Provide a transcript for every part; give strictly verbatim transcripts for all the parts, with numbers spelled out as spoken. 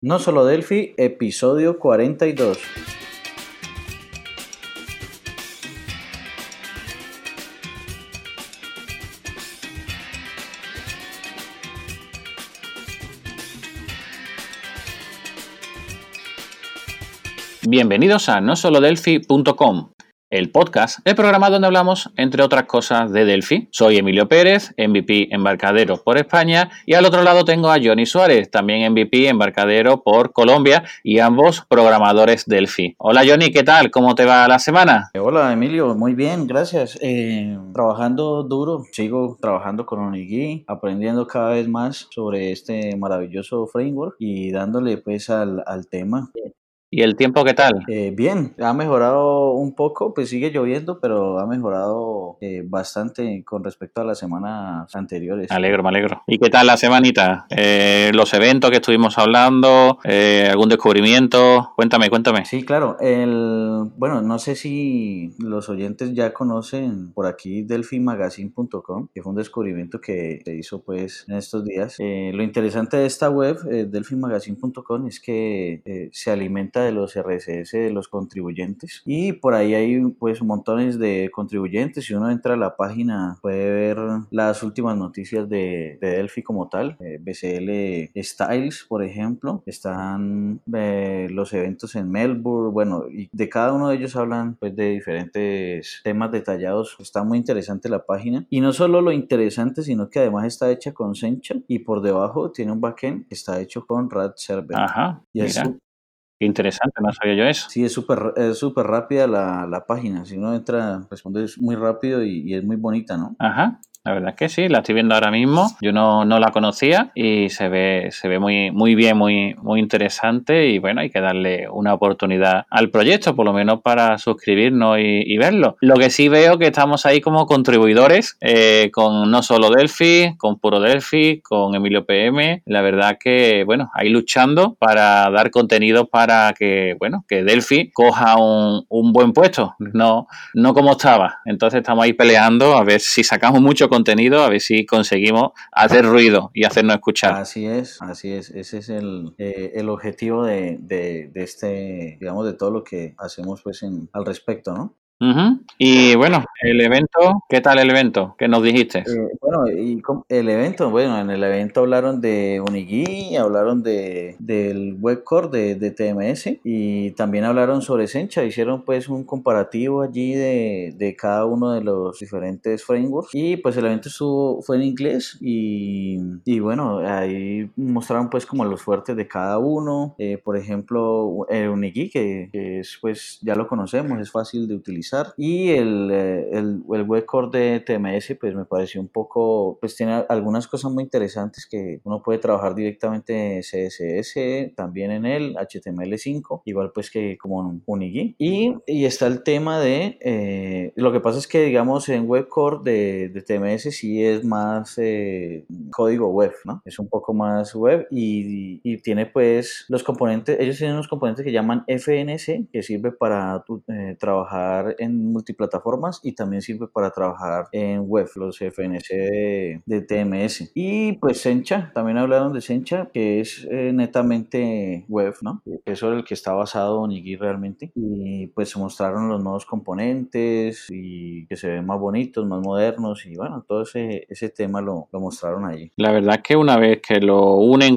No Solo Delphi, episodio cuarenta y dos. Bienvenidos a no solo delphi punto com, el podcast, el programa donde hablamos, entre otras cosas, de Delphi. Soy Emilio Pérez, M V P Embarcadero por España, y al otro lado tengo a Johnny Suárez, también M V P Embarcadero por Colombia, y ambos programadores Delphi. Hola Johnny, ¿qué tal? ¿Cómo te va la semana? Hola Emilio, muy bien, gracias. Eh, trabajando duro, sigo trabajando con Onigui, aprendiendo cada vez más sobre este maravilloso framework y dándole pues al, al tema. ¿Y el tiempo qué tal? Eh, bien, ha mejorado un poco, pues sigue lloviendo, pero ha mejorado eh, bastante con respecto a las semanas anteriores. Me alegro, me alegro. ¿Y qué tal la semanita? Eh, los eventos que estuvimos hablando, eh, algún descubrimiento, cuéntame, cuéntame. Sí, claro. El, bueno, no sé si los oyentes ya conocen por aquí delphi magazine punto com, que fue un descubrimiento que se hizo pues en estos días. Eh, lo interesante de esta web, eh, delphi magazine punto com, es que eh, se alimenta de los R S S de los contribuyentes y por ahí hay pues montones de contribuyentes. Si uno entra a la página puede ver las últimas noticias de, de Delphi como tal, eh, B C L Styles, por ejemplo, están eh, los eventos en Melbourne. Bueno, y de cada uno de ellos hablan pues de diferentes temas detallados. Está muy interesante la página, y no solo lo interesante, sino que además está hecha con Sencha y por debajo tiene un backend que está hecho con Rad Server. Ajá, y es, mira, qué interesante, no sabía yo eso. sí, es súper es súper rápida la, la página. Si uno entra, responde muy rápido y, y es muy bonita, ¿no? Ajá. La verdad es que sí, la estoy viendo ahora mismo. Yo no, no la conocía y se ve, se ve muy, muy bien, muy, muy interesante. Y bueno, hay que darle una oportunidad al proyecto, por lo menos para suscribirnos y, y verlo. Lo que sí veo que estamos ahí como contribuidores, eh, con no solo Delphi, con Puro Delphi, con Emilio P M. La verdad que, bueno, ahí luchando para dar contenido para que, bueno, que Delphi coja un, un buen puesto, no, no como estaba. Entonces estamos ahí peleando a ver si sacamos mucho contenido, a ver si conseguimos hacer ruido y hacernos escuchar. Así es, así es. Ese es el, eh, el objetivo de, de, de este, digamos, de todo lo que hacemos pues en, al respecto, ¿no? Uh-huh. Y bueno, el evento, ¿qué tal el evento? ¿Qué nos dijiste? Eh, bueno, y com- el evento, bueno, en el evento hablaron de Unigui, hablaron de, del webcore de, de T M S, y también hablaron sobre Sencha. Hicieron pues un comparativo allí de, de cada uno de los diferentes frameworks, y pues el evento estuvo, fue en inglés, y, y bueno, ahí mostraron pues como los fuertes de cada uno. Eh, por ejemplo, el Unigui, que, que es pues ya lo conocemos, es fácil de utilizar, y el, eh, el, el webcore de T M S pues me pareció un poco, pues tiene algunas cosas muy interesantes que uno puede trabajar directamente C S S también en él, H T M L cinco, igual pues que como Unigui. Y, y está el tema de, eh, lo que pasa es que digamos en webcore de, de T M S sí es más eh, código web, ¿no? Es un poco más web, y, y tiene pues los componentes, ellos tienen unos componentes que llaman F N C, que sirve para eh, trabajar en multiplataformas, y también sirve para trabajar en web, los F N C de, de T M S. Y pues Sencha, también hablaron de Sencha, que es eh, netamente web, ¿no? Eso es el que está basado en Iggy realmente. Y pues se mostraron los nuevos componentes y que se ven más bonitos, más modernos, y bueno, todo ese, ese tema lo, lo mostraron allí. La verdad es que una vez que lo unen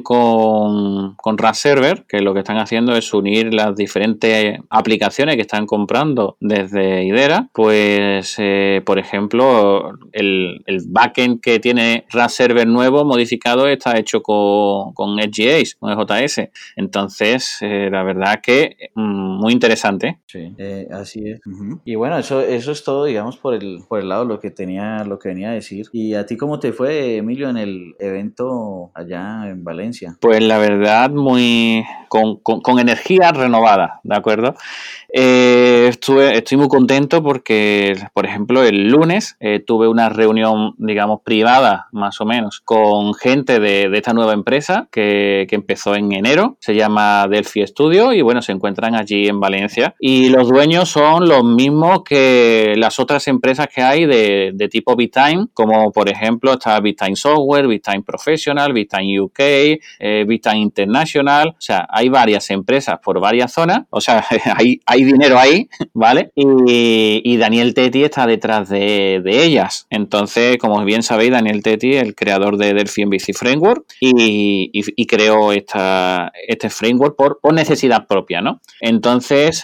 con, con Rad Server, que lo que están haciendo es unir las diferentes aplicaciones que están comprando desde Idera, pues eh, por ejemplo el, el backend que tiene Rad Server nuevo modificado está hecho con, con Edge con E J S. Entonces eh, la verdad que mm, muy interesante. Sí, eh, así es. Uh-huh. Y bueno, eso, eso es todo, digamos, por el, por el lado lo que tenía, lo que venía a decir. ¿Y a ti cómo te fue, Emilio, en el evento allá en Valencia? Pues la verdad muy con, con, con energía renovada, ¿de acuerdo? Eh, estuve, estoy muy contento porque, por ejemplo, el lunes eh, tuve una reunión, digamos, privada, más o menos, con gente de, de esta nueva empresa que, que empezó en enero. Se llama Delphi Studio y, bueno, se encuentran allí en Valencia. Y los dueños son los mismos que las otras empresas que hay de, de tipo Bitime, como, por ejemplo, está Bitime Software, Bitime Professional, Bitime U K, eh, Bitime International. O sea, hay varias empresas por varias zonas. O sea, hay, hay dinero ahí, ¿vale? Y, y Daniel Teti está detrás de, de ellas. Entonces, como bien sabéis, Daniel Teti, el creador de Delphi M V C Framework, y, y, y creó esta, este framework por, por necesidad propia, ¿no? Entonces,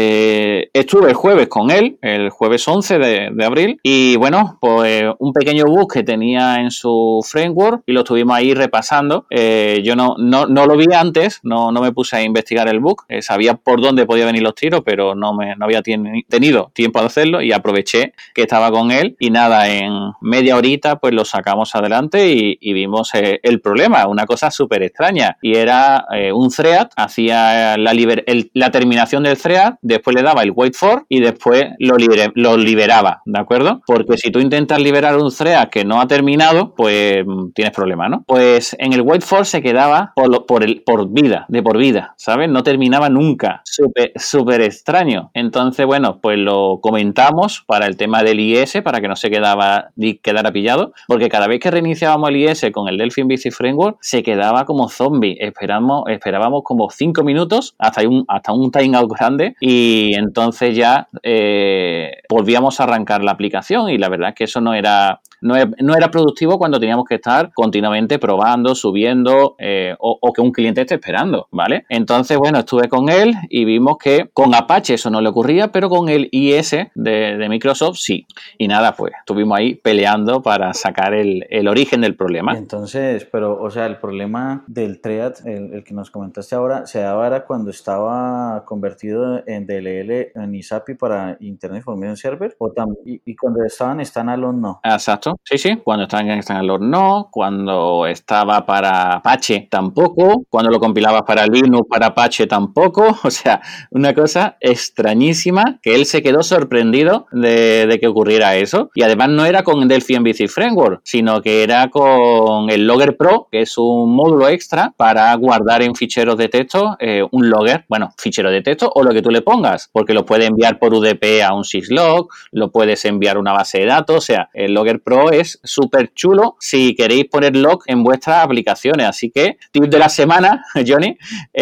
eh, estuve el jueves con él, el jueves once de, de abril, y bueno, pues un pequeño bug que tenía en su framework y lo estuvimos ahí repasando. Eh, yo no, no, no lo vi antes, no, no me puse a investigar el bug, eh, sabía por dónde podía venir los tiros, pero no, me, no había ten, tenido tiempo de hacerlo y aproveché que estaba con él y nada, en media horita pues lo sacamos adelante y, y vimos eh, el problema, una cosa súper extraña, y era eh, un thread, hacía la, liber, el, la terminación del thread, después le daba el wait for y después lo, libre, lo liberaba, ¿de acuerdo? Porque si tú intentas liberar un thread que no ha terminado, pues tienes problemas, ¿no? Pues en el wait for se quedaba por, lo, por, el, por vida, de por vida, ¿sabes? No terminaba nunca, súper súper extraño. Entonces, bueno, pues lo comentamos para el tema del I S, para que no se quedaba, quedara pillado, porque cada vez que reiniciábamos el I S con el Delphi M V C Framework, se quedaba como zombie. Esperamos, esperábamos como cinco minutos hasta un, hasta un timeout grande y entonces ya eh, volvíamos a arrancar la aplicación y la verdad es que eso no era, no era, no era productivo cuando teníamos que estar continuamente probando, subiendo eh, o, o que un cliente esté esperando, ¿vale? Entonces, bueno, estuve con él y vimos que con Apache eso no le ocurría, pero con el I S de, de Microsoft sí. Y nada, pues estuvimos ahí peleando para sacar el, el origen del problema. Y entonces, pero, o sea, el problema del thread, el, el que nos comentaste ahora, se daba era cuando estaba convertido en D L L, en I S A P I para Internet Information Server, o tam, y, y cuando estaban en standalone no. Exacto, sí, sí, cuando estaban en standalone no, cuando estaba para Apache tampoco, cuando lo compilabas para Linux, para Apache tampoco, o sea, una cosa extrañísima que él se quedó sorprendido de, de que ocurriera eso. Y además no era con Delphi M V C Framework, sino que era con el Logger Pro, que es un módulo extra para guardar en ficheros de texto eh, un logger, bueno, fichero de texto o lo que tú le pongas, porque lo puedes enviar por U D P a un syslog, lo puedes enviar a una base de datos, o sea, el Logger Pro es súper chulo si queréis poner log en vuestras aplicaciones. Así que, tip de la semana, Johnny,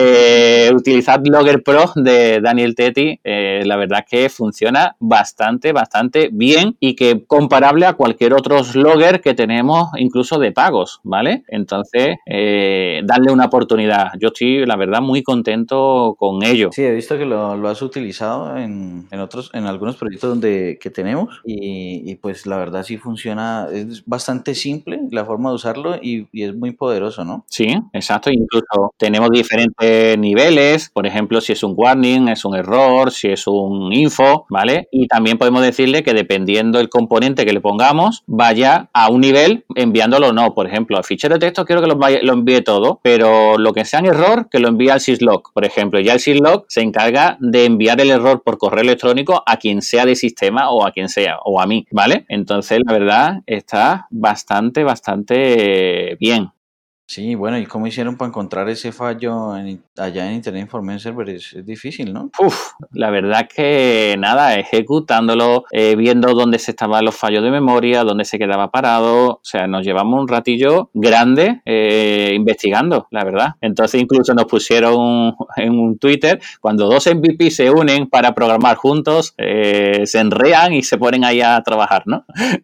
eh, utilizad Logger Pro de Daniel Teti, eh, la verdad es que funciona bastante, bastante bien y que comparable a cualquier otro logger que tenemos incluso de pagos, ¿vale? Entonces, eh, darle una oportunidad. Yo estoy, la verdad, muy contento con ello. Sí, he visto que lo, lo has utilizado en, en otros, en algunos proyectos donde que tenemos y, y pues la verdad sí funciona, es bastante simple la forma de usarlo y, y es muy poderoso, ¿no? Sí, exacto. Incluso tenemos diferentes niveles, por ejemplo, si es un warning, es un error, si es un info, ¿vale? Y también podemos decirle que dependiendo del componente que le pongamos, vaya a un nivel enviándolo o no. Por ejemplo, al fichero de texto quiero que lo, vaya, lo envíe todo, pero lo que sea en error, que lo envíe al syslog. Por ejemplo, ya el syslog se encarga de enviar el error por correo electrónico a quien sea de sistema o a quien sea, o a mí, ¿vale? Entonces, la verdad, está bastante, bastante bien. Sí, bueno, ¿y cómo hicieron para encontrar ese fallo en, allá en Internet Information Server? Es, es difícil, ¿no? Uf, la verdad es que nada, ejecutándolo, eh, viendo dónde se estaban los fallos de memoria, dónde se quedaba parado, o sea, nos llevamos un ratillo grande eh, investigando, la verdad. Entonces incluso nos pusieron en un Twitter, cuando dos M V P se unen para programar juntos, eh, se enrean y se ponen ahí a trabajar, ¿no?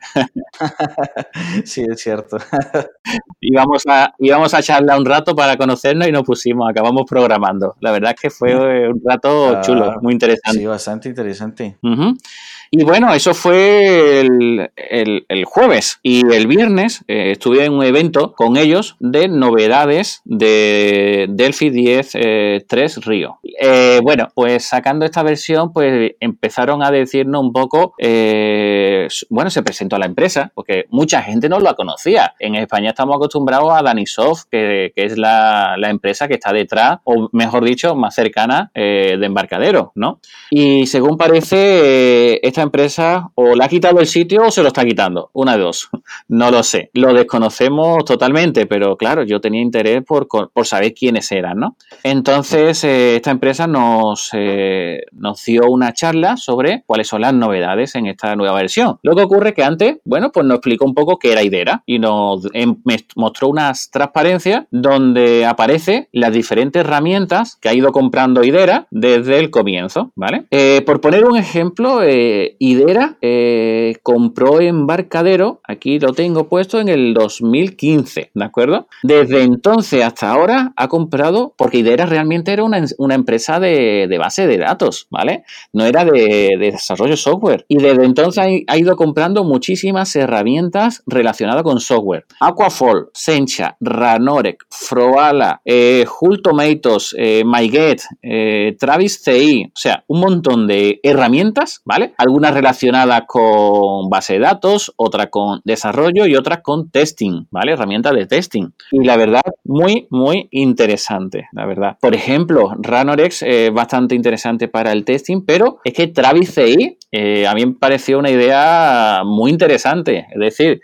Sí, es cierto. íbamos a, íbamos a charlar un rato para conocernos y nos pusimos, acabamos programando. La verdad es que fue un rato chulo, Ah, muy interesante. sí, bastante interesante. Uh-huh. Y bueno, eso fue el, el, el jueves. Y el viernes eh, estuve en un evento con ellos de novedades de Delphi diez eh, tres Río. Eh, bueno, pues sacando esta versión, pues empezaron a decirnos un poco, eh, bueno, se presentó a la empresa, porque mucha gente no la conocía. En España estamos acostumbrados a Danisoft, que, que es la, la empresa que está detrás, o mejor dicho, más cercana eh, de Embarcadero, ¿no? Y según parece, eh, esta empresa o le ha quitado el sitio o se lo está quitando, una de dos, no lo sé, lo desconocemos totalmente, pero claro, yo tenía interés por, por saber quiénes eran, ¿no? Entonces, eh, esta empresa nos, eh, nos dio una charla sobre cuáles son las novedades en esta nueva versión. Lo que ocurre que antes, bueno, pues nos explicó un poco qué era Idera y nos em, mostró unas transparencias donde aparece las diferentes herramientas que ha ido comprando Idera desde el comienzo, ¿vale? Eh, por poner un ejemplo, eh, Idera eh, compró Embarcadero, aquí lo tengo puesto en el dos mil quince, ¿de acuerdo? Desde entonces hasta ahora ha comprado, porque Idera realmente era una, una empresa de, de base de datos, ¿vale? No era de, de desarrollo software. Y desde entonces ha, ha ido comprando muchísimas herramientas relacionadas con software. Aquafall, Sencha, Ranorec, Froala, eh, Hull Tomatoes, eh, MyGet, eh, Travis C I, o sea, un montón de herramientas, ¿vale? Algunas relacionadas con base de datos, otras con desarrollo y otras con testing, ¿vale? Herramientas de testing. Y la verdad, muy, muy interesante, la verdad. Por ejemplo, Ranorex es bastante interesante para el testing, pero es que Travis C I eh, a mí me pareció una idea muy interesante. Es decir,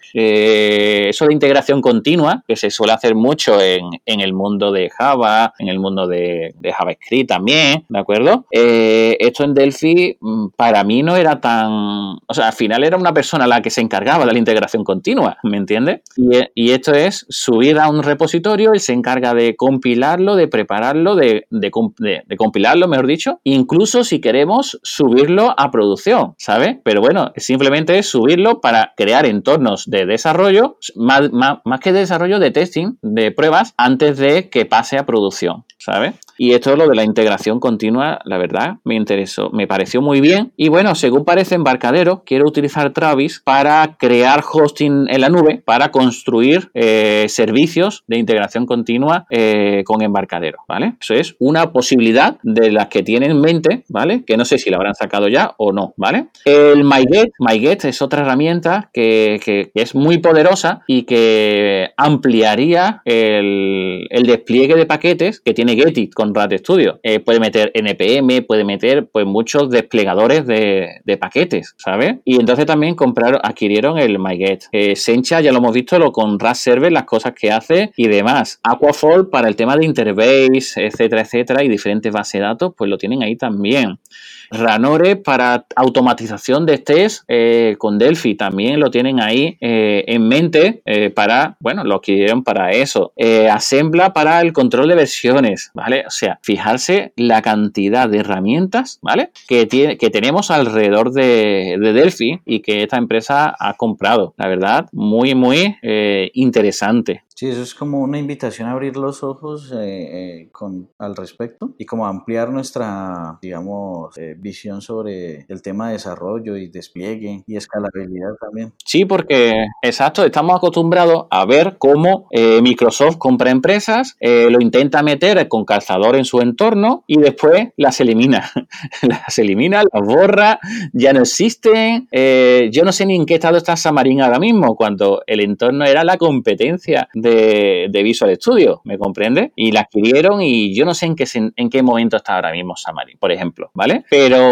eh, eso de integración continua, que se suele hacer mucho en, en el mundo de Java, en el mundo de, de JavaScript también, ¿de acuerdo? Eh, esto en Delphi para mí no era tan... O sea, al final era una persona la que se encargaba de la integración continua, ¿me entiendes? Y, y esto es subir a un repositorio, él se encarga de compilarlo, de prepararlo, de, de, de, de compilarlo, mejor dicho, incluso si queremos subirlo a producción, ¿sabes? Pero bueno, simplemente es subirlo para crear entornos de desarrollo, más, más, más que de desarrollo, de testing, de pruebas, antes de que pase a producción, ¿sabes? Y esto es lo de la integración continua, la verdad, me interesó, me pareció muy bien. Y bueno, según parece Embarcadero, quiero utilizar Travis para crear hosting en la nube, para construir eh, servicios de integración continua eh, con Embarcadero, ¿vale? Eso es una posibilidad de las que tienen en mente, ¿vale? Que no sé si la habrán sacado ya o no, ¿vale? El MyGet, MyGet es otra herramienta que, que, que es muy poderosa y que ampliaría el, el despliegue de paquetes que tiene Getit con Rat Studio. Eh, puede meter N P M, puede meter pues muchos desplegadores de, de paquetes, ¿sabes? Y entonces también compraron, adquirieron el MyGet. Eh, Sencha, ya lo hemos visto, lo con Rust Server, las cosas que hace y demás. Aquafall para el tema de interface, etcétera, etcétera, y diferentes bases de datos, pues lo tienen ahí también. Ranore para automatización de test eh, con Delphi también lo tienen ahí eh, en mente eh, para, bueno, lo adquirieron para eso. Eh, Assembla para el control de versiones, ¿vale? O sea, fijarse la cantidad de herramientas, ¿vale? Que, tiene, que tenemos alrededor de, de Delphi y que esta empresa ha comprado. La verdad, muy, muy eh, interesante. Sí, eso es como una invitación a abrir los ojos eh, eh, con, al respecto y como ampliar nuestra, digamos, eh, visión sobre el tema de desarrollo y despliegue y escalabilidad también. Sí, porque, exacto, estamos acostumbrados a ver cómo eh, Microsoft compra empresas, eh, lo intenta meter con calzador en su entorno y después las elimina. las elimina, las borra, ya no existen. Eh, yo no sé ni en qué estado está Xamarin ahora mismo, cuando el entorno era la competencia de, de Visual Studio, ¿me comprende? Y la adquirieron y yo no sé en qué, en qué momento está ahora mismo Xamarin, por ejemplo, ¿vale?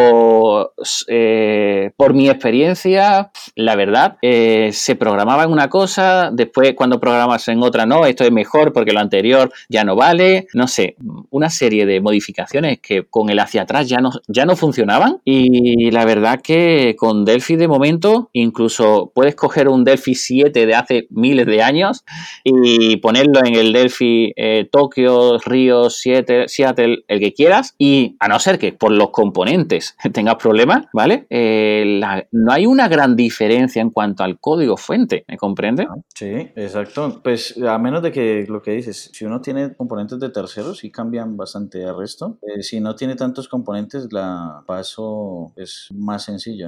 Pero eh, por mi experiencia, la verdad, eh, se programaba en una cosa, después cuando programas en otra no, esto es mejor porque lo anterior ya no vale, no sé, una serie de modificaciones que con el hacia atrás ya no, ya no funcionaban y la verdad que con Delphi de momento incluso puedes coger un Delphi siete de hace miles de años y ponerlo en el Delphi eh, Tokio, Río, Seattle, Seattle, el que quieras y a no ser que por los componentes tengas problemas, ¿vale? Eh, la, no hay una gran diferencia en cuanto al código fuente, ¿me comprende? Sí, exacto. Pues a menos de que lo que dices, si uno tiene componentes de terceros, sí cambian bastante el resto. Eh, si no tiene tantos componentes, la paso es más sencillo, ¿no? Sí.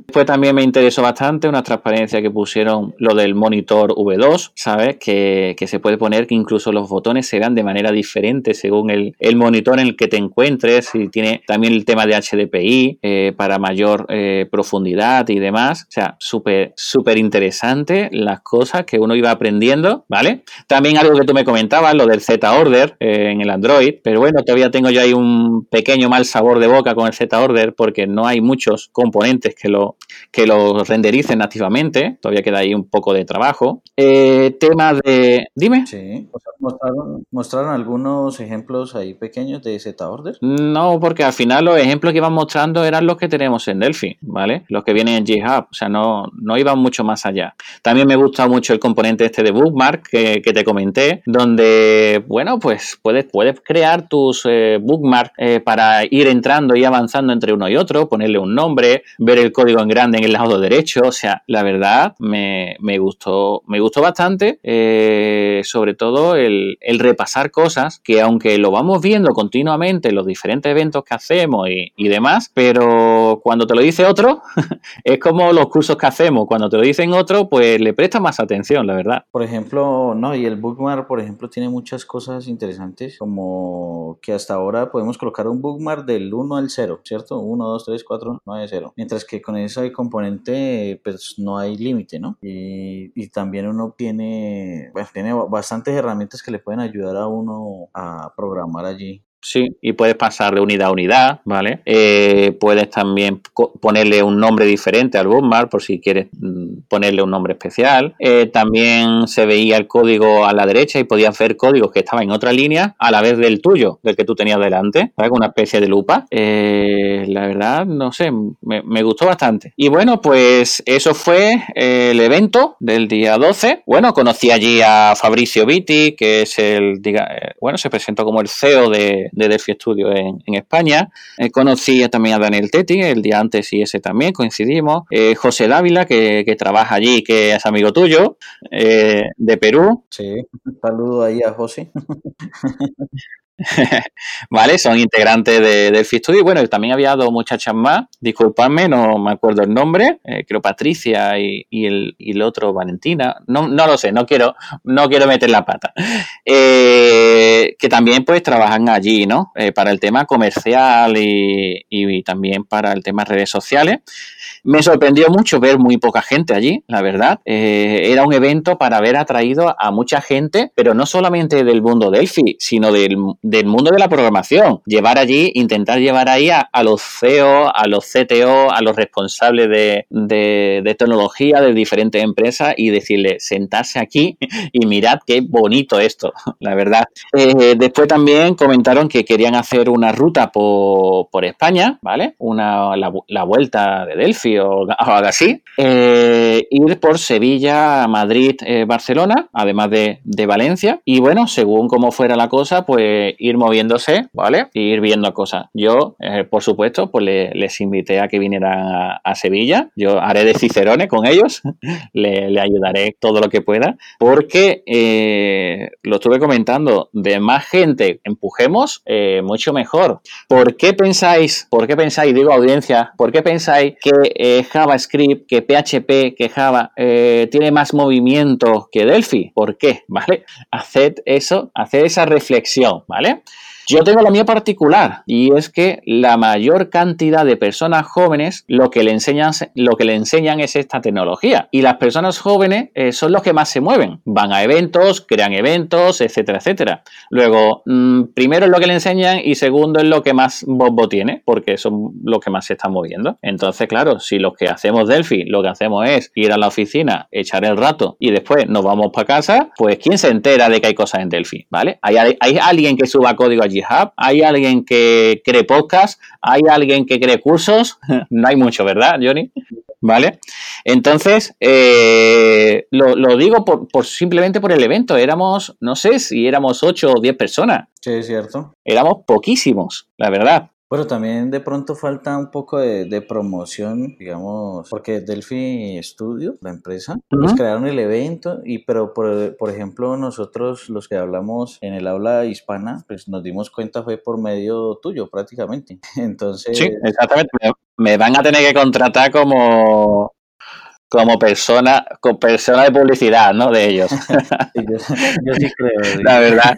Después también me interesó bastante una transparencia que pusieron lo del monitor V dos, ¿sabes? Que, que se puede poner que incluso los botones se vean de manera diferente según el, el monitor en el que te encuentres, y tiene también el tema de H D P I eh, para mayor eh, profundidad y demás. O sea, súper, súper interesante las cosas que uno iba aprendiendo, ¿vale? También algo que tú me comentabas, lo del Z-Order eh, en el Android, pero bueno, todavía tengo yo ahí un pequeño mal sabor de boca con el Z-Order porque no hay muchos componentes que lo que lo rendericen nativamente, todavía queda ahí un poco de trabajo. Eh, tema de... Dime. Sí, o sea, mostraron, mostraron algunos ejemplos ahí pequeños de Z-Order. No, porque al final los ejemplos que iban mostrando eran los que tenemos en Delphi, ¿vale? Los que vienen en GitHub, o sea, no, no iban mucho más allá. También me gusta mucho el componente este de bookmark que, que te comenté, donde, bueno, pues puedes, puedes crear tus eh, bookmarks eh, para ir entrando y avanzando entre uno y otro, ponerle un nombre, ver el código en grande en el lado derecho. O sea, la verdad me, me gustó, me gustó bastante, eh, sobre todo el, el repasar cosas que, aunque lo vamos viendo continuamente en los diferentes eventos que hacemos y, y demás, pero cuando te lo dice otro, es como los cursos que hacemos, cuando te lo dicen otro, pues le prestas más atención, la verdad. Por ejemplo, no, y el bookmark, por ejemplo, tiene muchas cosas interesantes, como que hasta ahora podemos colocar un bookmark del uno al cero, ¿cierto? uno, dos, tres, cuatro, nueve, cero. Mientras que con ese componente, pues no hay límite, ¿no? Y, y también uno tiene, bueno, tiene bastantes herramientas que le pueden ayudar a uno a programar allí. Sí, y puedes pasar de unidad a unidad, ¿vale? Eh, puedes también ponerle un nombre diferente al bookmark por si quieres ponerle un nombre especial. Eh, también se veía el código a la derecha y podías ver códigos que estaban en otra línea a la vez del tuyo, del que tú tenías delante, ¿sabes? Con una especie de lupa. Eh, la verdad, no sé, me, me gustó bastante. Y bueno, pues eso fue eh, el evento del día doce. Bueno, conocí allí a Fabrizio Vitti, que es el, diga, eh, bueno, se presentó como el C E O de de Delphi Studio en, en España. Eh, conocí también a Daniel Tetti el día antes y ese también coincidimos. Eh, José Dávila, que, que trabaja allí, que es amigo tuyo, eh, de Perú. Sí, un saludo ahí a José. Vale, son integrantes de Delphi Studio. Y bueno, también había dos muchachas más, disculpadme, no me acuerdo el nombre, eh, creo Patricia y, y, el, y el otro Valentina, no, no lo sé, no quiero, no quiero meter la pata, eh, que también pues trabajan allí, ¿no? Eh, para el tema comercial y, y también para el tema redes sociales. Me sorprendió mucho ver muy poca gente allí, la verdad. Eh, era un evento para haber atraído a mucha gente, pero no solamente del mundo Delphi, sino del, del mundo de la programación. Llevar allí, intentar llevar ahí a, a los C E O, a los C T O, a los responsables de, de, de tecnología de diferentes empresas y decirles, sentarse aquí y mirad qué bonito esto, la verdad. Eh, después también comentaron que querían hacer una ruta por, por España, ¿vale? Una, la, la vuelta de Delphi o algo así, eh, ir por Sevilla, Madrid, eh, Barcelona, además de, de Valencia, y bueno, según cómo fuera la cosa, pues ir moviéndose, ¿vale? E ir viendo cosas. Yo, eh, por supuesto, pues le, les invité a que vinieran a, a Sevilla, yo haré de cicerone con ellos, le, le ayudaré todo lo que pueda, porque eh, lo estuve comentando, de más gente empujemos, eh, mucho mejor. ¿Por qué pensáis, por qué pensáis, digo audiencia, por qué pensáis que eh, JavaScript, que P H P, que Java eh, tiene más movimiento que Delphi? ¿Por qué? ¿Vale? Haced eso, haced esa reflexión, ¿vale? Yo tengo la mía particular y es que la mayor cantidad de personas jóvenes lo que le enseñan, lo que le enseñan es esta tecnología y las personas jóvenes eh, son los que más se mueven, van a eventos, crean eventos, etcétera, etcétera. Luego, mmm, primero es lo que le enseñan y segundo es lo que más bombo tiene porque son los que más se están moviendo. Entonces, claro, si los que hacemos Delphi lo que hacemos es ir a la oficina, echar el rato y después nos vamos para casa, pues ¿quién se entera de que hay cosas en Delphi? ¿Vale? Hay, hay alguien que suba código allí GitHub, hay alguien que cree podcast, hay alguien que cree cursos, no hay mucho, ¿verdad, Johnny? ¿Vale? Entonces, eh, lo, lo digo por, por simplemente por el evento, éramos, no sé si éramos ocho o diez personas. Sí, es cierto. Éramos poquísimos, la verdad. Bueno, también de pronto falta un poco de, de promoción, digamos, porque Delphi Studio, la empresa, uh-huh. pues crearon el evento, y pero por, por ejemplo nosotros los que hablamos en el habla hispana, pues nos dimos cuenta fue por medio tuyo prácticamente. Entonces... Sí, exactamente. me van a tener que contratar como como persona, como persona de publicidad, ¿no? De ellos. yo, yo sí creo. Sí. La verdad.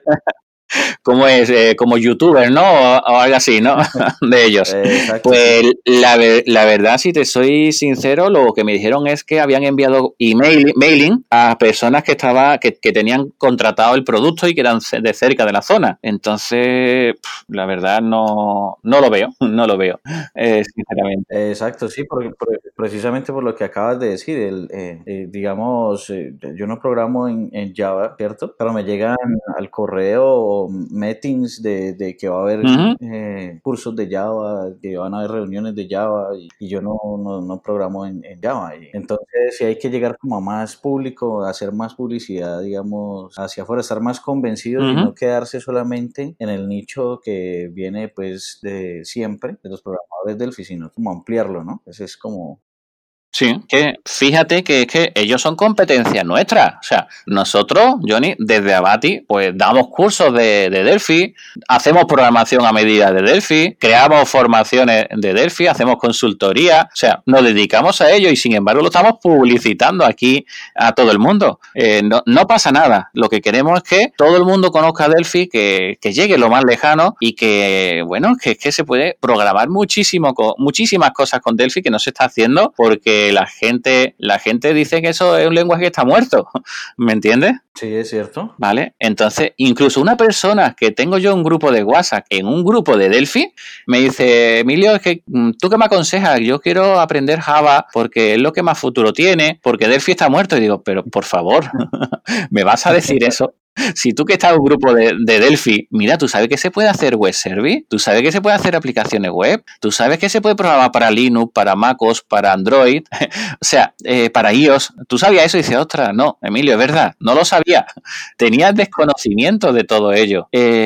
¿Cómo es? Eh, como youtuber, ¿no? O, o, algo así, ¿no? De ellos. Exacto, pues sí. la, la verdad, si te soy sincero, lo que me dijeron es que habían enviado email, mailing a personas que estaba, que, que tenían contratado el producto y que eran de cerca de la zona. Entonces, la verdad, no, no lo veo, no lo veo, eh, sinceramente. Exacto, sí, porque, porque, precisamente por lo que acabas de decir, el, eh, eh, digamos, eh, yo no programo en, en Java, ¿cierto? Pero me llegan al correo meetings de, de que va a haber uh-huh. eh, cursos de Java, que van a haber reuniones de Java y, y yo no, no, no programo en, en Java. Y entonces, si hay que llegar como a más público, hacer más publicidad, digamos, hacia afuera, estar más convencidos uh-huh. y no quedarse solamente en el nicho que viene pues de siempre, de los programadores Delphi, sino como ampliarlo, ¿no? Ese es como... Sí, que fíjate que es que ellos son competencias nuestras. O sea, nosotros, Johnny, desde Abati, pues damos cursos de, de Delphi, hacemos programación a medida de Delphi, creamos formaciones de Delphi, hacemos consultoría, o sea, nos dedicamos a ello y sin embargo lo estamos publicitando aquí a todo el mundo. Eh, no, no pasa nada. Lo que queremos es que todo el mundo conozca Delphi, que, que llegue lo más lejano y que, bueno, que es que se puede programar muchísimo, con, muchísimas cosas con Delphi que no se está haciendo porque la gente, la gente dice que eso es un lenguaje que está muerto, ¿me entiendes? Sí, es cierto. Vale, entonces incluso una persona que tengo yo un grupo de WhatsApp en un grupo de Delphi me dice, Emilio, es que tú qué me aconsejas, yo quiero aprender Java porque es lo que más futuro tiene, porque Delphi está muerto. Y digo, pero por favor, ¿me vas a decir eso? Si tú que estás en un grupo de, de Delphi, mira, tú sabes que se puede hacer web service, tú sabes que se puede hacer aplicaciones web, tú sabes que se puede programar para Linux, para MacOS, para Android, o sea, eh, para iOS. ¿Tú sabías eso? Y dices, ostras, no, Emilio, es verdad, no lo sabía. Tenías desconocimiento de todo ello.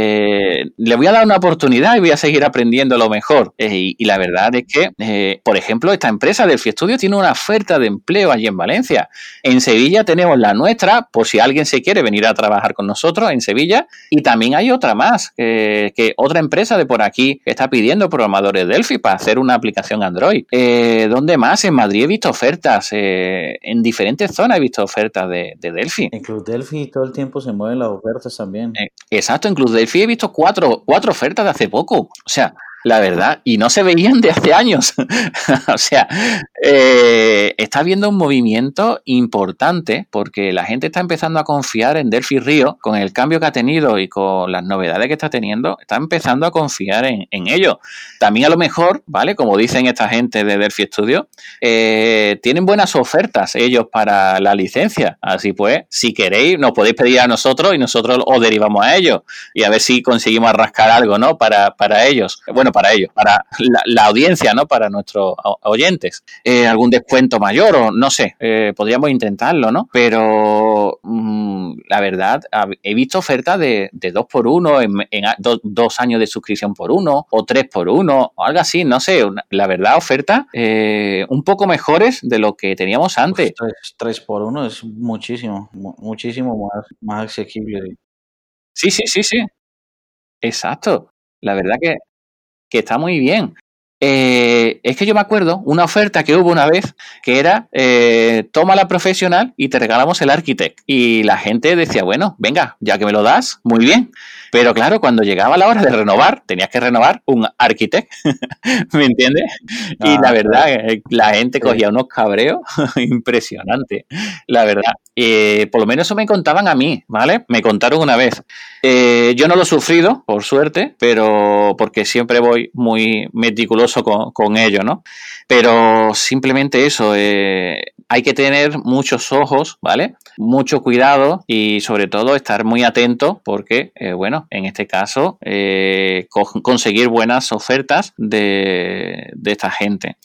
Eh, le voy a dar una oportunidad y voy a seguir aprendiendo lo mejor. Eh, y, y la verdad es que, eh, por ejemplo, esta empresa Delphi Studio tiene una oferta de empleo allí en Valencia. En Sevilla tenemos la nuestra, por si alguien se quiere venir a trabajar con nosotros en Sevilla, y también hay otra más, eh, que otra empresa de por aquí que está pidiendo programadores Delphi para hacer una aplicación Android. Eh, ¿Dónde más? En Madrid he visto ofertas, eh, en diferentes zonas he visto ofertas de, de Delphi. En Club Delphi todo el tiempo se mueven las ofertas también. Eh, exacto, en Club Delphi he visto cuatro, cuatro ofertas de hace poco, o sea... La verdad, y no se veían de hace años. O sea, eh, está habiendo un movimiento importante porque la gente está empezando a confiar en Delphi Río con el cambio que ha tenido y con las novedades que está teniendo, está empezando a confiar en, en ello. También a lo mejor, ¿vale? Como dicen esta gente de Delphi Studio, eh, tienen buenas ofertas ellos para la licencia. Así pues, si queréis, nos podéis pedir a nosotros y nosotros os derivamos a ellos y a ver si conseguimos rascar algo, ¿no? Para, para ellos. Bueno, para ellos, para la, la audiencia, ¿no? Para nuestros oyentes. Eh, algún descuento mayor o no sé, eh, podríamos intentarlo, ¿no? Pero mmm, la verdad, he visto ofertas de, de dos por uno, en, en do, dos años de suscripción por uno, o tres por uno, o algo así, no sé. Una, la verdad, ofertas eh, un poco mejores de lo que teníamos antes. Pues tres, tres por uno es muchísimo, muchísimo más, más asequible. Sí, sí, sí, sí. Exacto. La verdad que que está muy bien. Eh, es que yo me acuerdo una oferta que hubo una vez que era eh, toma la profesional y te regalamos el Architect. Y la gente decía, bueno, venga, ya que me lo das, muy bien. Pero claro, cuando llegaba la hora de renovar, tenías que renovar un Architect, ¿me entiendes? Ah, y la verdad, claro. La gente cogía unos cabreos impresionantes, la verdad. Eh, por lo menos eso me contaban a mí, ¿vale? Me contaron una vez. Eh, yo no lo he sufrido, por suerte, pero porque siempre voy muy meticuloso con, con ello, ¿no? Pero simplemente eso, eh, hay que tener muchos ojos, ¿vale? Mucho cuidado y sobre todo estar muy atento porque, eh, bueno, en este caso, eh, co- conseguir buenas ofertas de, de esta gente.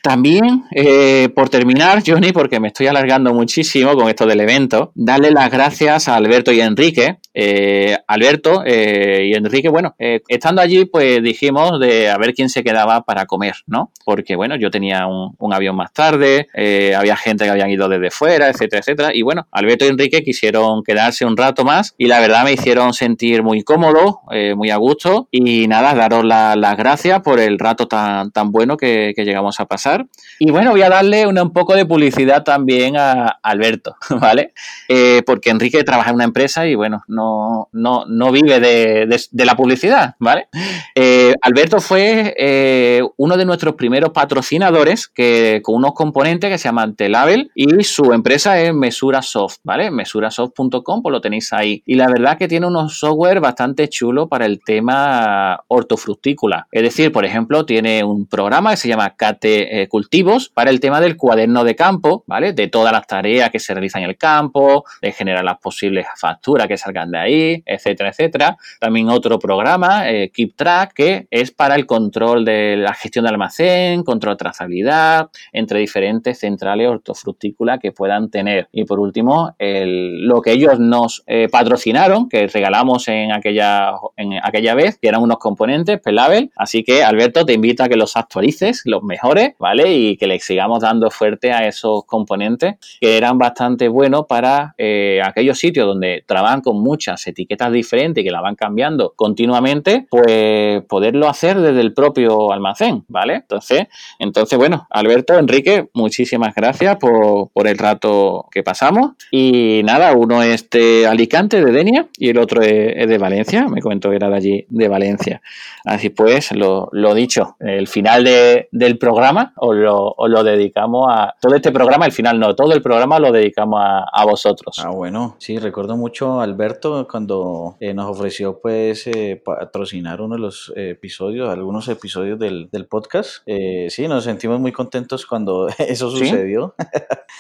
También, eh, por terminar, Johnny, porque me estoy alargando muchísimo con esto del evento, darle las gracias a Alberto y a Enrique. Eh, Alberto eh, y Enrique, bueno, eh, estando allí, pues dijimos de a ver quién se quedaba para comer, ¿no? Porque, bueno, yo tenía un, un avión más tarde, eh, había gente que habían ido desde fuera, etcétera, etcétera. Y bueno, Alberto y Enrique quisieron quedarse un rato más y la verdad me hicieron sentir muy cómodo, eh, muy a gusto. Y nada, daros la, las gracias por el rato tan, tan bueno que, que llegamos a pasar. Y bueno, voy a darle una, un poco de publicidad también a Alberto, ¿vale? Eh, porque Enrique trabaja en una empresa y bueno, no, no, no vive de, de, de la publicidad, ¿vale? Eh, Alberto fue eh, uno de nuestros primeros patrocinadores que, con unos componentes que se llaman T-Label y su empresa es Mesurasoft, ¿vale? mesurasoft punto com, pues lo tenéis ahí. Y la verdad que tiene unos software bastante chulos para el tema hortofrutícola. Es decir, por ejemplo, tiene un programa que se llama K T Cultivos para el tema del cuaderno de campo, ¿vale? De todas las tareas que se realizan en el campo, de generar las posibles facturas que salgan de ahí, etcétera, etcétera. También otro programa, eh, Keep Track, que es para el control de la gestión de almacén, control de trazabilidad entre diferentes centrales hortofrutícolas que puedan tener. Y por último, el, lo que ellos nos eh, patrocinaron, que regalamos en aquella, en aquella vez, que eran unos componentes T-Label. Así que, Alberto, te invito a que los actualices, los mejores, ¿vale? Y que le sigamos dando fuerte a esos componentes que eran bastante buenos para eh, aquellos sitios donde trabajan con muchas etiquetas diferentes y que la van cambiando continuamente, pues poderlo hacer desde el propio almacén, ¿vale? Entonces, entonces bueno, Alberto, Enrique, muchísimas gracias por, por el rato que pasamos. Y nada, uno es de Alicante, de Denia, y el otro es, es de Valencia, me comentó que era de allí, de Valencia. Así pues, lo, lo dicho, el final de, del programa os lo, os lo dedicamos a... Todo este programa, el final no, todo el programa lo dedicamos a, a vosotros. Ah, bueno, sí, recuerdo mucho a Alberto cuando eh, nos ofreció pues eh, patrocinar uno de los eh, episodios, algunos episodios del, del podcast. Eh, sí, nos sentimos muy contentos cuando eso sucedió. ¿Sí?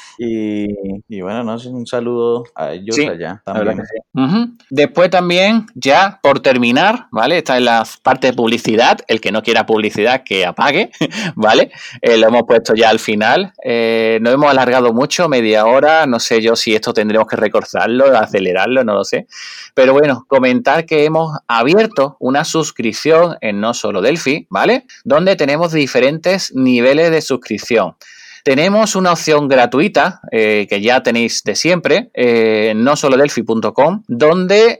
y, y bueno, no, un saludo a ellos sí, allá también. Sí. Uh-huh. Después también, ya por terminar, ¿vale? Esta es la parte de publicidad. El que no quiera publicidad, que apague, ¿vale? Eh, lo hemos puesto ya al final. Eh, nos hemos alargado mucho, media hora. No sé yo si esto tendremos que recortarlo, acelerarlo, no lo sé. Pero bueno, comentar que hemos abierto una suscripción en No Solo Delphi, ¿vale? Donde tenemos diferentes niveles de suscripción. Tenemos una opción gratuita eh, que ya tenéis de siempre eh, en no solo delphi punto com, donde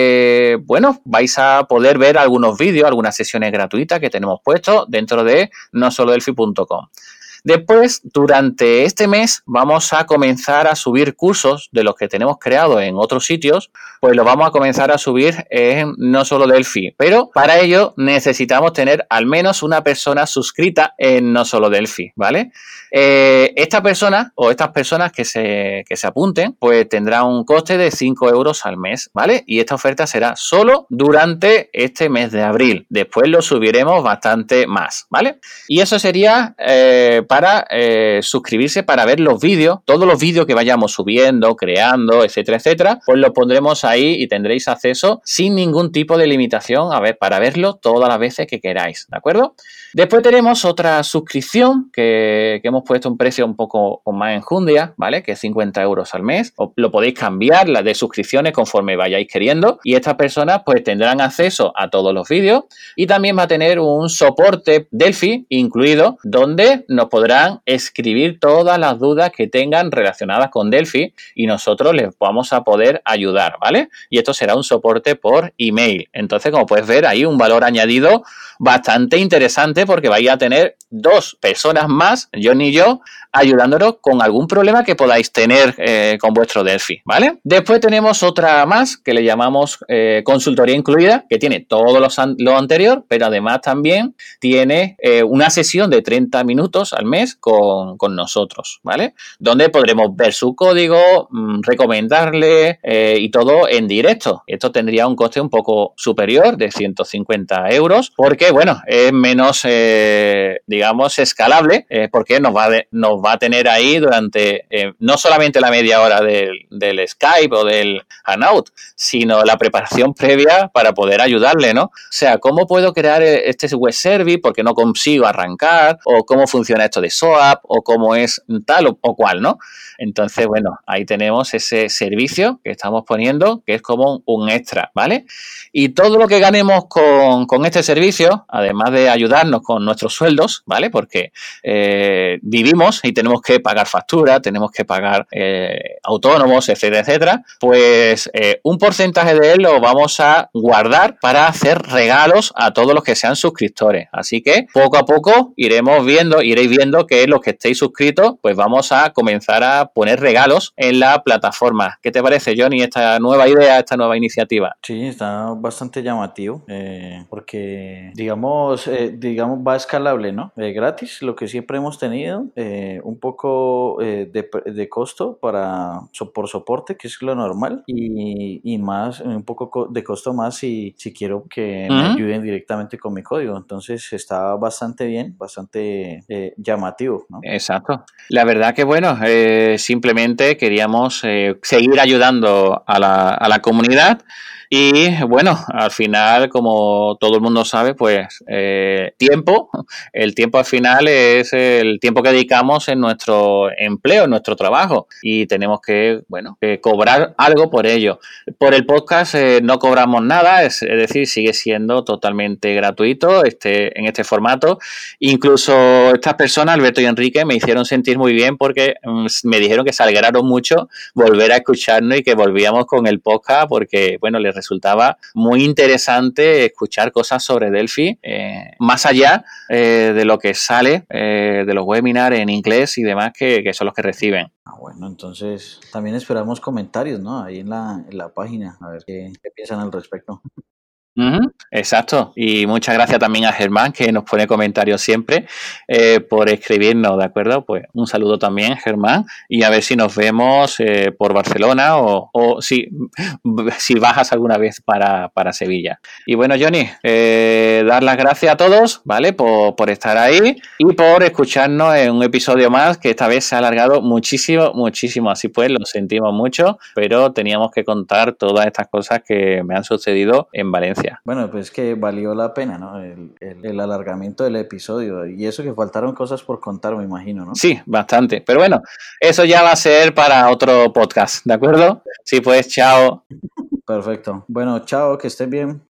eh, bueno, vais a poder ver algunos vídeos, algunas sesiones gratuitas que tenemos puestos dentro de no solo delphi punto com. Después, durante este mes, vamos a comenzar a subir cursos de los que tenemos creados en otros sitios, pues los vamos a comenzar a subir en No Solo Delphi. Pero para ello necesitamos tener al menos una persona suscrita en No Solo Delphi, ¿vale? Eh, esta persona o estas personas que se, que se apunten, pues tendrá un coste de cinco euros al mes, ¿vale? Y esta oferta será solo durante este mes de abril. Después lo subiremos bastante más, ¿vale? Y eso sería eh, para eh, suscribirse para ver los vídeos, todos los vídeos que vayamos subiendo, creando, etcétera, etcétera, pues los pondremos ahí y tendréis acceso sin ningún tipo de limitación a ver, para verlo todas las veces que queráis, ¿de acuerdo? Después tenemos otra suscripción que, que hemos puesto un precio un poco con más enjundia, ¿vale? Que es cincuenta euros al mes. O lo podéis cambiar, las de suscripciones, conforme vayáis queriendo. Y estas personas pues tendrán acceso a todos los vídeos y también va a tener un soporte Delphi incluido, donde nos podrán escribir todas las dudas que tengan relacionadas con Delphi y nosotros les vamos a poder ayudar, ¿vale? Y esto será un soporte por email. Entonces, como puedes ver, hay un valor añadido bastante interesante porque vais a tener dos personas más, Johnny y yo, ayudándonos con algún problema que podáis tener eh, con vuestro Delphi, ¿vale? Después tenemos otra más que le llamamos eh, consultoría incluida, que tiene todo los an- lo anterior, pero además también tiene eh, una sesión de treinta minutos al mes con, con nosotros, ¿vale? Donde podremos ver su código, mmm, recomendarle eh, y todo en directo. Esto tendría un coste un poco superior de ciento cincuenta euros porque, bueno, es menos, eh, digamos, escalable eh, porque nos va, de, nos nos va a tener ahí durante eh, no solamente la media hora del, del Skype o del Hangout, sino la preparación previa para poder ayudarle, ¿no? O sea, ¿cómo puedo crear este web service porque no consigo arrancar? O cómo funciona esto de SOAP, o cómo es tal o, o cual, ¿no? Entonces, bueno, ahí tenemos ese servicio que estamos poniendo, que es como un extra, ¿vale? Y todo lo que ganemos con, con este servicio, además de ayudarnos con nuestros sueldos, ¿vale? Porque eh, vivimos y tenemos que pagar facturas, tenemos que pagar eh, autónomos, etcétera, etcétera, pues eh, un porcentaje de él lo vamos a guardar para hacer regalos a todos los que sean suscriptores. Así que poco a poco iremos viendo, iréis viendo que los que estéis suscritos, pues vamos a comenzar a poner regalos en la plataforma. ¿Qué te parece, Johnny, esta nueva idea, esta nueva iniciativa? Sí, está bastante llamativo, eh, porque digamos, eh, digamos va escalable, ¿no? Eh, gratis, lo que siempre hemos tenido, eh, un poco eh, de, de costo para so, por soporte, que es lo normal, y, y más, un poco de costo más si, si quiero que me ¿Mm? ayuden directamente con mi código. Entonces está bastante bien, bastante eh, llamativo, ¿no? Exacto. La verdad que bueno, eh, simplemente queríamos eh, seguir ayudando a la, a la comunidad. Y bueno, al final, como todo el mundo sabe, pues eh, tiempo, el tiempo al final es el tiempo que dedicamos en nuestro empleo, en nuestro trabajo, y tenemos que, bueno, que cobrar algo por ello. Por el podcast eh, no cobramos nada, es, es decir, sigue siendo totalmente gratuito este, en este formato. Incluso estas personas, Alberto y Enrique, me hicieron sentir muy bien porque um, me dijeron que se alegraron mucho volver a escucharnos y que volvíamos con el podcast porque, bueno, les resultaba muy interesante escuchar cosas sobre Delphi, eh, más allá eh, de lo que sale eh, de los webinars en inglés y demás que, que son los que reciben. Ah, bueno, entonces también esperamos comentarios, ¿no? Ahí en la, en la página, a ver qué, qué piensan al respecto. Uh-huh, exacto, y muchas gracias también a Germán, que nos pone comentarios siempre, eh, por escribirnos, ¿de acuerdo? Pues un saludo también, Germán, y a ver si nos vemos eh, por Barcelona o, o si, si bajas alguna vez para, para Sevilla. Y bueno, Johnny, eh, dar las gracias a todos, ¿vale? Por, por estar ahí y por escucharnos en un episodio más que esta vez se ha alargado muchísimo, muchísimo, así pues, lo sentimos mucho, pero teníamos que contar todas estas cosas que me han sucedido en Valencia. Bueno, pues que valió la pena, ¿no? El, el, el alargamiento del episodio. Y eso que faltaron cosas por contar, me imagino, ¿no? Sí, bastante. Pero bueno, eso ya va a ser para otro podcast, ¿de acuerdo? Sí, pues, chao. Perfecto. Bueno, chao, que estés bien.